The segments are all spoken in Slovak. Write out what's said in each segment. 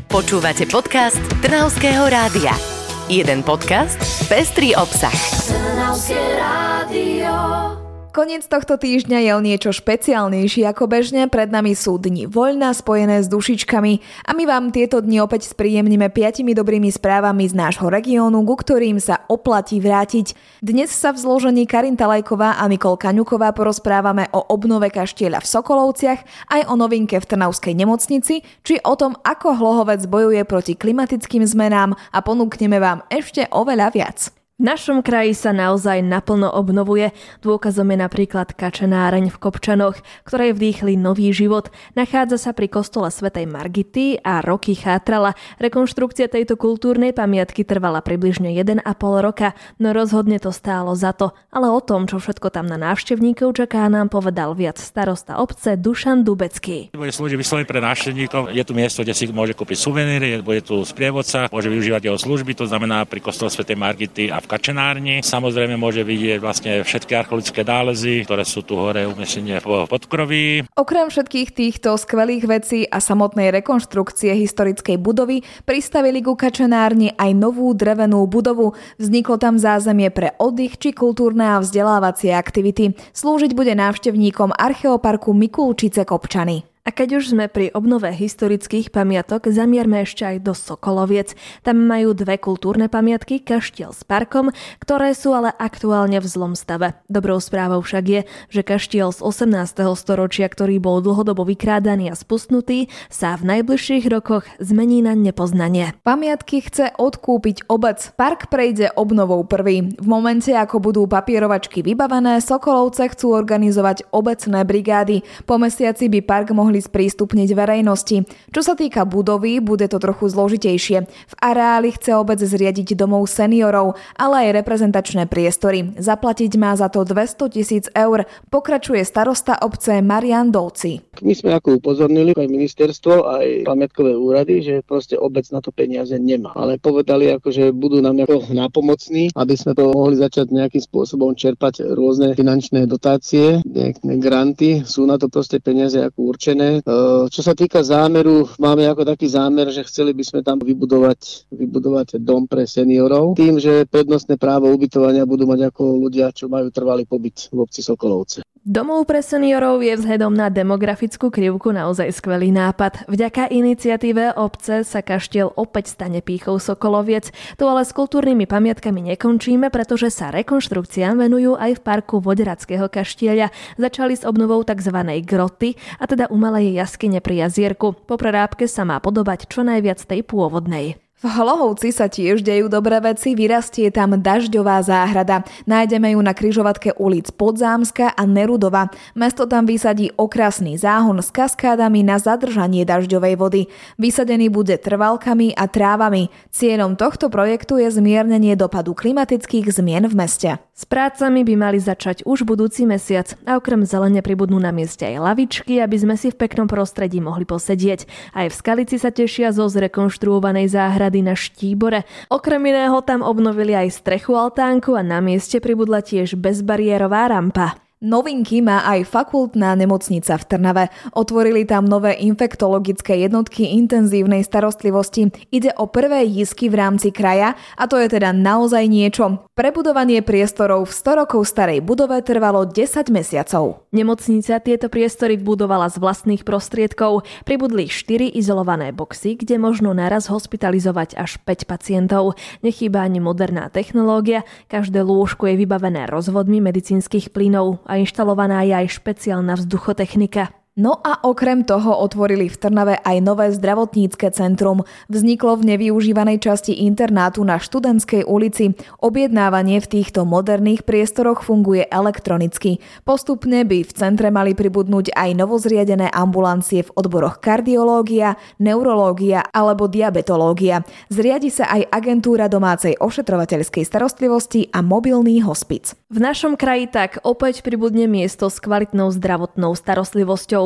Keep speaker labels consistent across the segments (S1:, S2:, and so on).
S1: Počúvate podcast Trnavského rádia. Jeden podcast, pestrý obsah. Trnavské rádio.
S2: Koniec tohto týždňa je o niečo špeciálnejší ako bežne. Pred nami sú dni voľna spojené s dušičkami a my vám tieto dni opäť spríjemníme 5 dobrými správami z nášho regiónu, ku ktorým sa oplatí vrátiť. Dnes sa v zložení Karin Talajková a Nikol Kaňuková porozprávame o obnove kaštieľa v Sokolovciach, aj o novinke v Trnavskej nemocnici, či o tom, ako Hlohovec bojuje proti klimatickým zmenám a ponúkneme vám ešte oveľa viac.
S3: V našom kraji sa naozaj naplno obnovuje. Dôkazom je napríklad kačenáreň v Kopčanoch, ktorej vdýchli nový život. Nachádza sa pri kostole svätej Margity a roky chátrala. Rekonštrukcia tejto kultúrnej pamiatky trvala približne 1,5 roka, no rozhodne to stálo za to. Ale o tom, čo všetko tam na návštevníkov čaká, nám povedal viac starosta obce Dušan Dubecký.
S4: Bude slúžiť vyslovene pre návštevníkov. Je tu miesto, kde si môže kúpiť suveníry, bude tu sprievodca, môže využívať jeho služby, to znamená pri kostole svätej Margity a v kačenárni. Samozrejme môže vidieť vlastne všetky archeologické nálezy, ktoré sú tu hore umiestnené v podkroví.
S2: Okrem všetkých týchto skvelých vecí a samotnej rekonštrukcie historickej budovy pristavili ku kačenárni aj novú drevenú budovu. Vzniklo tam zázemie pre oddych či kultúrne a vzdelávacie aktivity. Slúžiť bude návštevníkom Archeoparku Mikulčice Kopčany.
S3: A keď už sme pri obnove historických pamiatok, zamierme ešte aj do Sokoloviec. Tam majú dve kultúrne pamiatky, kaštiel s parkom, ktoré sú ale aktuálne v zlom stave. Dobrou správou však je, že kaštiel z 18. storočia, ktorý bol dlhodobo vykrádaný a spustnutý, sa v najbližších rokoch zmení na nepoznanie.
S2: Pamiatky chce odkúpiť obec. Park prejde obnovou prvý. V momente, ako budú papierovačky vybavené, Sokolovce chcú organizovať obecné brigády. Po mesiaci by park mohli sprístupniť verejnosti. Čo sa týka budovy, bude to trochu zložitejšie. V areáli chce obec zriadiť domov seniorov, ale aj reprezentačné priestory. Zaplatiť má za to 200 000 eur, pokračuje starosta obce Marian Dolci.
S5: My sme ako upozornili aj ministerstvo, aj pamiatkové úrady, že proste obec na to peniaze nemá. Ale povedali, že budú nám ako nápomocní, aby sme to mohli začať nejakým spôsobom čerpať rôzne finančné dotácie, nejaké granty, sú na to proste peniaze ako určené. Čo sa týka zámeru, máme ako taký zámer, že chceli by sme tam vybudovať dom pre seniorov, tým, že prednostné právo ubytovania budú mať ako ľudia, čo majú trvalý pobyt v obci Sokolovce.
S3: Domov pre seniorov je vzhľadom na demografickú krivku naozaj skvelý nápad. Vďaka iniciatíve obce sa kaštiel opäť stane pýchou Sokoloviec. Tu ale s kultúrnymi pamiatkami nekončíme, pretože sa rekonštrukciám venujú aj v parku Voderackého kaštieľa. Začali s obnovou tzv. Groty, a teda umelej jaskyne pri jazierku. Po prerábke sa má podobať čo najviac tej pôvodnej.
S2: V Hlohovci sa tiež dejú dobré veci, vyrastie tam dažďová záhrada. Nájdeme ju na križovatke ulic Podzámska a Nerudova. Mesto tam vysadí okrasný záhon s kaskádami na zadržanie dažďovej vody. Vysadený bude trvalkami a trávami. Cieľom tohto projektu je zmiernenie dopadu klimatických zmien v meste.
S3: S prácami by mali začať už budúci mesiac a okrem zelene pribudnú na mieste aj lavičky, aby sme si v peknom prostredí mohli posedieť. Aj v Skalici sa tešia zo zrekonštruovanej záhrady na Štíbore. Okrem iného tam obnovili aj strechu altánku a na mieste pribudla tiež bezbariérová rampa.
S2: Novinky má aj fakultná nemocnica v Trnave. Otvorili tam nové infektologické jednotky intenzívnej starostlivosti. Ide o prvé JISky v rámci kraja a to je teda naozaj niečo. Prebudovanie priestorov v 100 rokov starej budove trvalo 10 mesiacov.
S3: Nemocnica tieto priestory vbudovala z vlastných prostriedkov. Pribudli 4 izolované boxy, kde možno naraz hospitalizovať až 5 pacientov. Nechýba ani moderná technológia. Každé lôžko je vybavené rozvodmi medicínskych plynov a inštalovaná je aj špeciálna vzduchotechnika.
S2: No a okrem toho otvorili v Trnave aj nové zdravotnícke centrum. Vzniklo v nevyužívanej časti internátu na Študentskej ulici. Objednávanie v týchto moderných priestoroch funguje elektronicky. Postupne by v centre mali pribudnúť aj novozriadené ambulancie v odboroch kardiológia, neurológia alebo diabetológia. Zriadi sa aj agentúra domácej ošetrovateľskej starostlivosti a mobilný hospic.
S3: V našom kraji tak opäť pribudne miesto s kvalitnou zdravotnou starostlivosťou.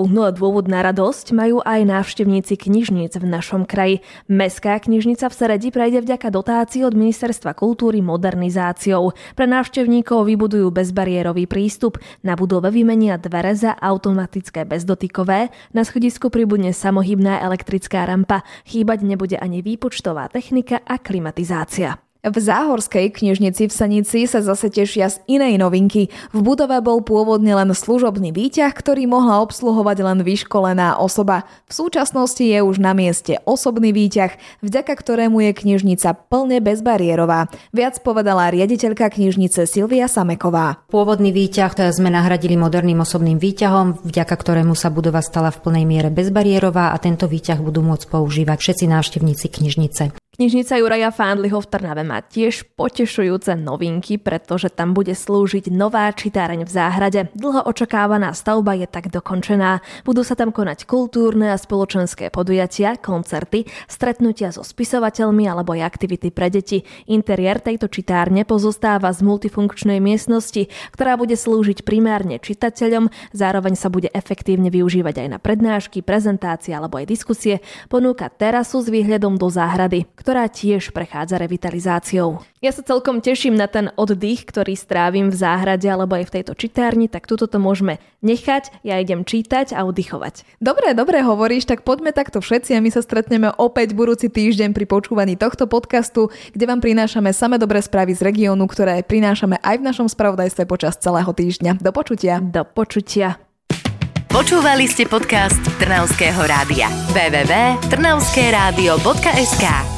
S3: návštevou. No a dôvod na radosť majú aj návštevníci knižníc v našom kraji. Mestská knižnica v Seredi prejde vďaka dotácii od Ministerstva kultúry modernizáciou. Pre návštevníkov vybudujú bezbariérový prístup. Na budove vymenia dvere za automatické bezdotykové. Na schodisku pribudne samohybná elektrická rampa. Chýbať nebude ani výpočtová technika a klimatizácia.
S2: V Záhorskej knižnici v Senici sa zase tešia z inej novinky. V budove bol pôvodne len služobný výťah, ktorý mohla obsluhovať len vyškolená osoba. V súčasnosti je už na mieste osobný výťah, vďaka ktorému je knižnica plne bezbariérová. Viac povedala riaditeľka knižnice Silvia Sameková.
S6: Pôvodný výťah sme nahradili moderným osobným výťahom, vďaka ktorému sa budova stala v plnej miere bezbariérová a tento výťah budú môcť používať všetci návštevníci knižnice.
S3: Knižnica Juraja Fándliho v Trnave má tiež potešujúce novinky, pretože tam bude slúžiť nová čitáreň v záhrade. Dlho očakávaná stavba je tak dokončená. Budú sa tam konať kultúrne a spoločenské podujatia, koncerty, stretnutia so spisovateľmi alebo aj aktivity pre deti. Interiér tejto čitárne pozostáva z multifunkčnej miestnosti, ktorá bude slúžiť primárne čitateľom, zároveň sa bude efektívne využívať aj na prednášky, prezentácie alebo aj diskusie. Ponúka terasu s výhľadom do záhrady, ktorá tiež prechádza revitalizáciou. Ja sa celkom teším na ten oddych, ktorý strávim v záhrade alebo aj v tejto čitárni, tak tuto to môžeme nechať, ja idem čítať a oddychovať.
S2: Dobre hovoríš, tak poďme takto všetci a my sa stretneme opäť budúci týždeň pri počúvaní tohto podcastu, kde vám prinášame same dobré správy z regiónu, ktoré prinášame aj v našom spravodajstve počas celého týždňa. Do počutia.
S3: Do počutia.
S1: Počúvali ste podcast Trnavského rádia. www.trnavskeradio.sk